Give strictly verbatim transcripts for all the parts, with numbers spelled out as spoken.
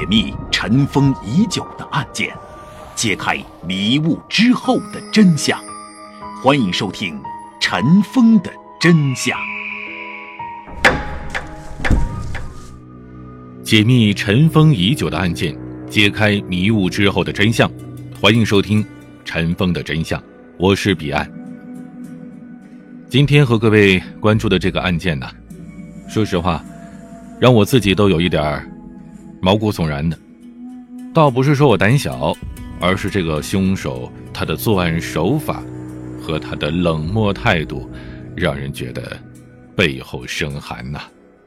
解密尘封已久的案件，揭开迷雾之后的真相。欢迎收听《尘封的真相》， 解密尘封已久的案件，揭开迷雾之后的真相。欢迎收听《尘封的真相》，我是彼岸。今天和各位关注的这个案件呢，说实话，让我自己都有一点毛骨悚然的。倒不是说我胆小，而是这个凶手他的作案手法和他的冷漠态度，让人觉得背后生寒呐。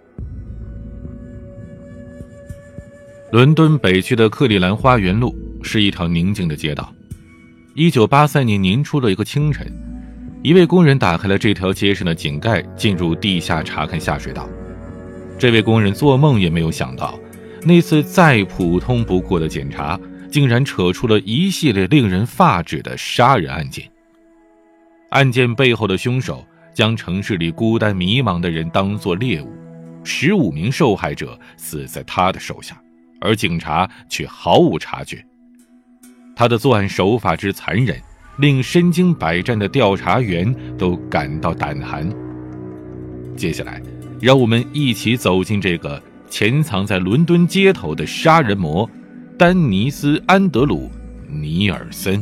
伦敦北区的克利兰花园路是一条宁静的街道。一九八三年年初的一个清晨，一位工人打开了这条街上的井盖，进入地下查看下水道。这位工人做梦也没有想到，那次再普通不过的检查，竟然扯出了一系列令人发指的杀人案件。案件背后的凶手将城市里孤单迷茫的人当作猎物，十五名受害者死在他的手下，而警察却毫无察觉。他的作案手法之残忍，令身经百战的调查员都感到胆寒。接下来，让我们一起走进这个潜藏在伦敦街头的杀人魔丹尼斯·安德鲁·尼尔森。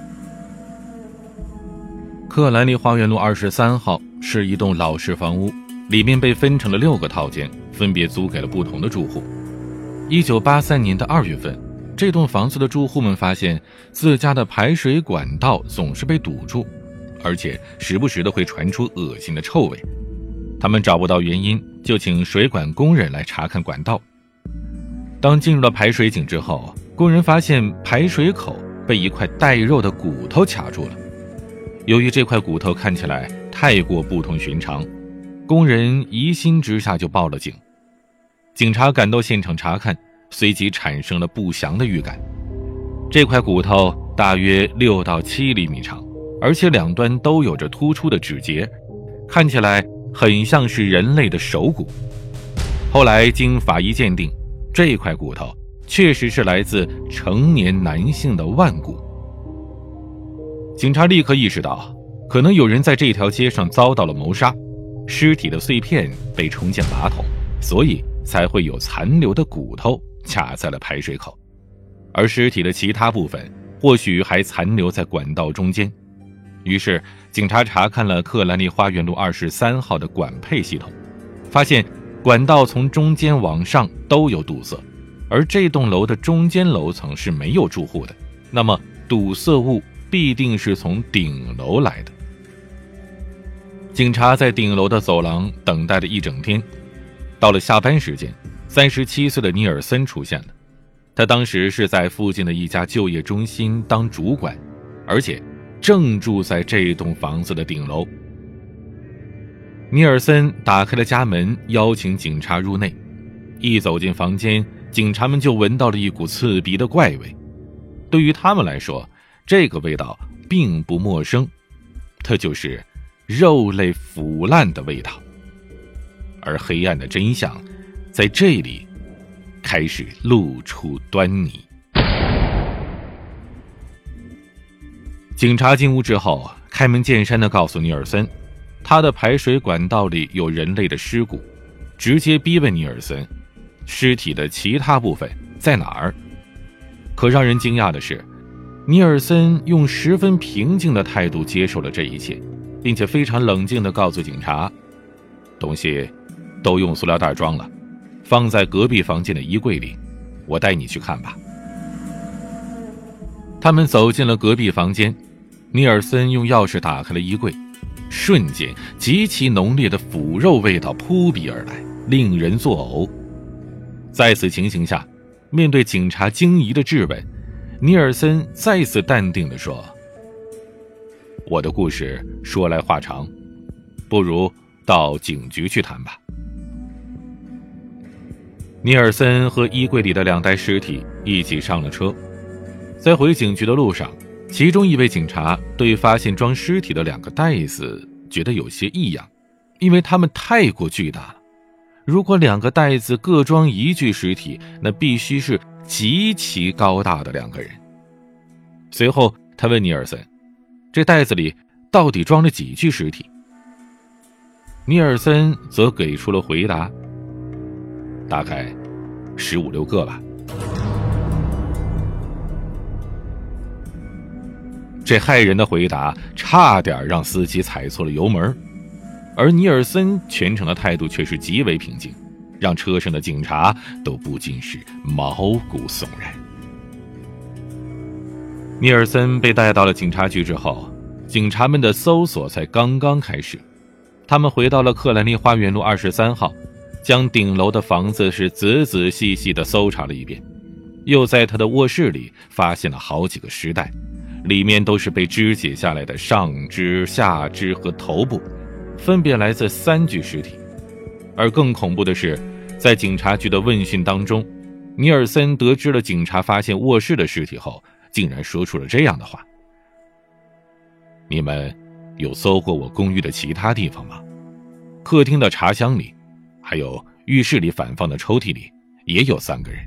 克兰利花园路二十三号是一栋老式房屋，里面被分成了六个套间，分别租给了不同的住户。一九八三年的二月份，这栋房子的住户们发现自家的排水管道总是被堵住，而且时不时的会传出恶心的臭味。他们找不到原因，就请水管工人来查看管道。当进入了排水井之后，工人发现排水口被一块带肉的骨头卡住了。由于这块骨头看起来太过不同寻常，工人疑心之下就报了警。警察赶到现场查看，随即产生了不祥的预感。这块骨头大约六到七厘米长，而且两端都有着突出的指节，看起来很像是人类的手骨。后来经法医鉴定，这块骨头确实是来自成年男性的腕骨。警察立刻意识到，可能有人在这条街上遭到了谋杀，尸体的碎片被冲进马桶，所以才会有残留的骨头卡在了排水口，而尸体的其他部分或许还残留在管道中间。于是警察查看了克兰利花园路二十三号的管配系统，发现管道从中间往上都有堵塞，而这栋楼的中间楼层是没有住户的，那么堵塞物必定是从顶楼来的。警察在顶楼的走廊等待了一整天，到了下班时间，三十七岁的尼尔森出现了。他当时是在附近的一家就业中心当主管，而且正住在这栋房子的顶楼。尼尔森打开了家门，邀请警察入内。一走进房间，警察们就闻到了一股刺鼻的怪味。对于他们来说，这个味道并不陌生，它就是肉类腐烂的味道。而黑暗的真相在这里开始露出端倪。警察进屋之后，开门见山地告诉尼尔森，他的排水管道里有人类的尸骨，直接逼问尼尔森，尸体的其他部分在哪儿？可让人惊讶的是，尼尔森用十分平静的态度接受了这一切，并且非常冷静地告诉警察，东西都用塑料袋装了，放在隔壁房间的衣柜里，我带你去看吧。他们走进了隔壁房间，尼尔森用钥匙打开了衣柜，瞬间极其浓烈的腐肉味道扑鼻而来，令人作呕。在此情形下，面对警察惊疑的质问，尼尔森再次淡定地说，我的故事说来话长，不如到警局去谈吧。尼尔森和衣柜里的两袋尸体一起上了车，在回警局的路上，其中一位警察对发现装尸体的两个袋子觉得有些异样，因为它们太过巨大了。如果两个袋子各装一具尸体，那必须是极其高大的两个人。随后他问尼尔森，这袋子里到底装了几具尸体？尼尔森则给出了回答，大概十五六个吧。这骇人的回答差点让司机踩错了油门，而尼尔森全程的态度却是极为平静，让车上的警察都不禁是毛骨悚然。尼尔森被带到了警察局之后，警察们的搜索才刚刚开始。他们回到了克兰利花园路二十三号，将顶楼的房子是仔仔细细地搜查了一遍，又在他的卧室里发现了好几个尸袋，里面都是被肢解下来的上肢、下肢和头部，分别来自三具尸体。而更恐怖的是，在警察局的问讯当中，尼尔森得知了警察发现卧室的尸体后，竟然说出了这样的话：你们有搜过我公寓的其他地方吗？客厅的茶箱里，还有浴室里反放的抽屉里，也有三个人。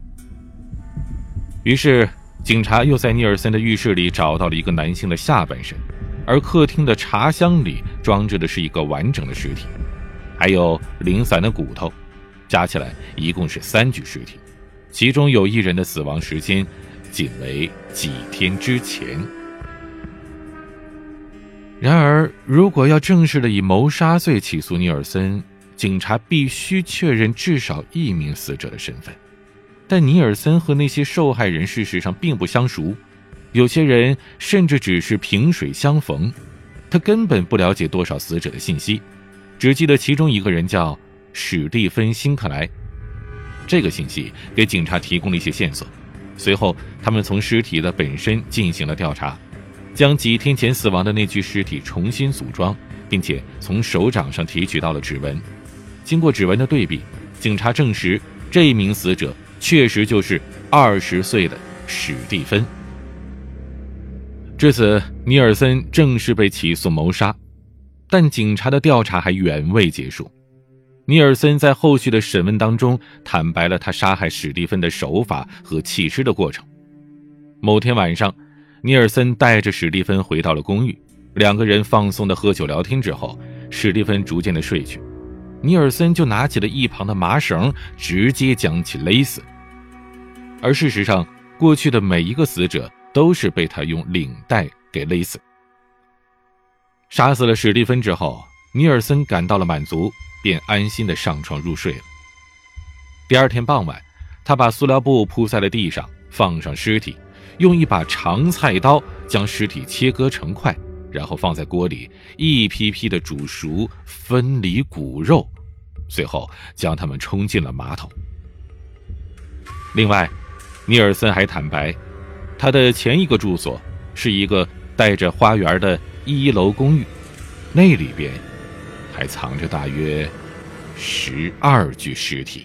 于是警察又在尼尔森的浴室里找到了一个男性的下半身，而客厅的茶箱里装着的是一个完整的尸体，还有零散的骨头，加起来一共是三具尸体，其中有一人的死亡时间仅为几天之前。然而，如果要正式的以谋杀罪起诉尼尔森，警察必须确认至少一名死者的身份。但尼尔森和那些受害人事实上并不相熟，有些人甚至只是萍水相逢，他根本不了解多少死者的信息，只记得其中一个人叫史蒂芬·辛克莱。这个信息给警察提供了一些线索，随后他们从尸体的本身进行了调查，将几天前死亡的那具尸体重新组装，并且从手掌上提取到了指纹。经过指纹的对比，警察证实这一名死者确实就是二十岁的史蒂芬。至此，尼尔森正式被起诉谋杀，但警察的调查还远未结束。尼尔森在后续的审问当中坦白了他杀害史蒂芬的手法和弃尸的过程。某天晚上，尼尔森带着史蒂芬回到了公寓，两个人放松的喝酒聊天之后，史蒂芬逐渐的睡去，尼尔森就拿起了一旁的麻绳，直接将其勒死。而事实上，过去的每一个死者都是被他用领带给勒死。杀死了史蒂芬之后，尼尔森感到了满足，便安心的上床入睡了。第二天傍晚，他把塑料布铺在了地上，放上尸体，用一把长菜刀将尸体切割成块，然后放在锅里一批批的煮熟，分离骨肉，随后将它们冲进了马桶。另外，尼尔森还坦白，他的前一个住所是一个带着花园的一楼公寓，那里边还藏着大约十二具尸体。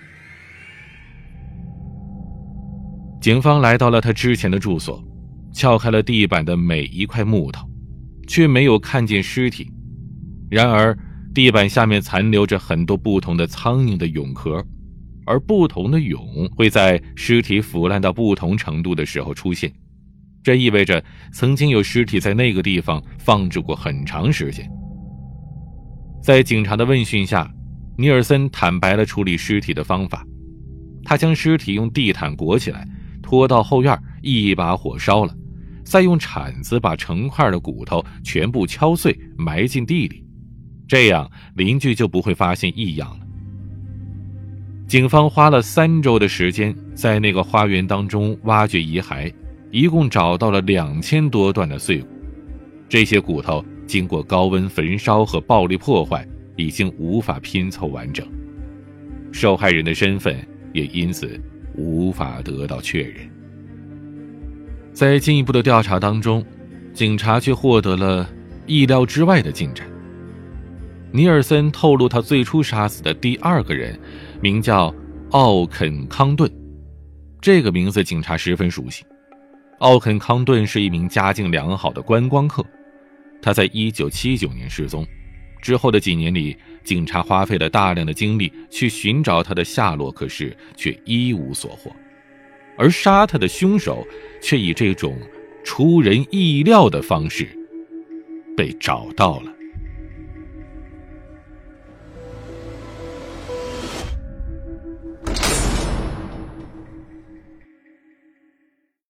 警方来到了他之前的住所，撬开了地板的每一块木头，却没有看见尸体。然而地板下面残留着很多不同的苍蝇的蛹壳，而不同的蛹会在尸体腐烂到不同程度的时候出现，这意味着曾经有尸体在那个地方放置过很长时间。在警察的问讯下，尼尔森坦白了处理尸体的方法。他将尸体用地毯裹起来，拖到后院，一把火烧了，再用铲子把成块的骨头全部敲碎，埋进地里，这样邻居就不会发现异样了。警方花了三周的时间，在那个花园当中挖掘遗骸，一共找到了两千多段的碎骨。这些骨头经过高温焚烧和暴力破坏，已经无法拼凑完整，受害人的身份也因此无法得到确认。在进一步的调查当中，警察却获得了意料之外的进展。尼尔森透露，他最初杀死的第二个人名叫奥肯·康顿。这个名字警察十分熟悉。奥肯·康顿是一名家境良好的观光客，他在一九七九年失踪。之后的几年里，警察花费了大量的精力去寻找他的下落，可是却一无所获。 而杀他的凶手却以这种出人意料的方式被找到了。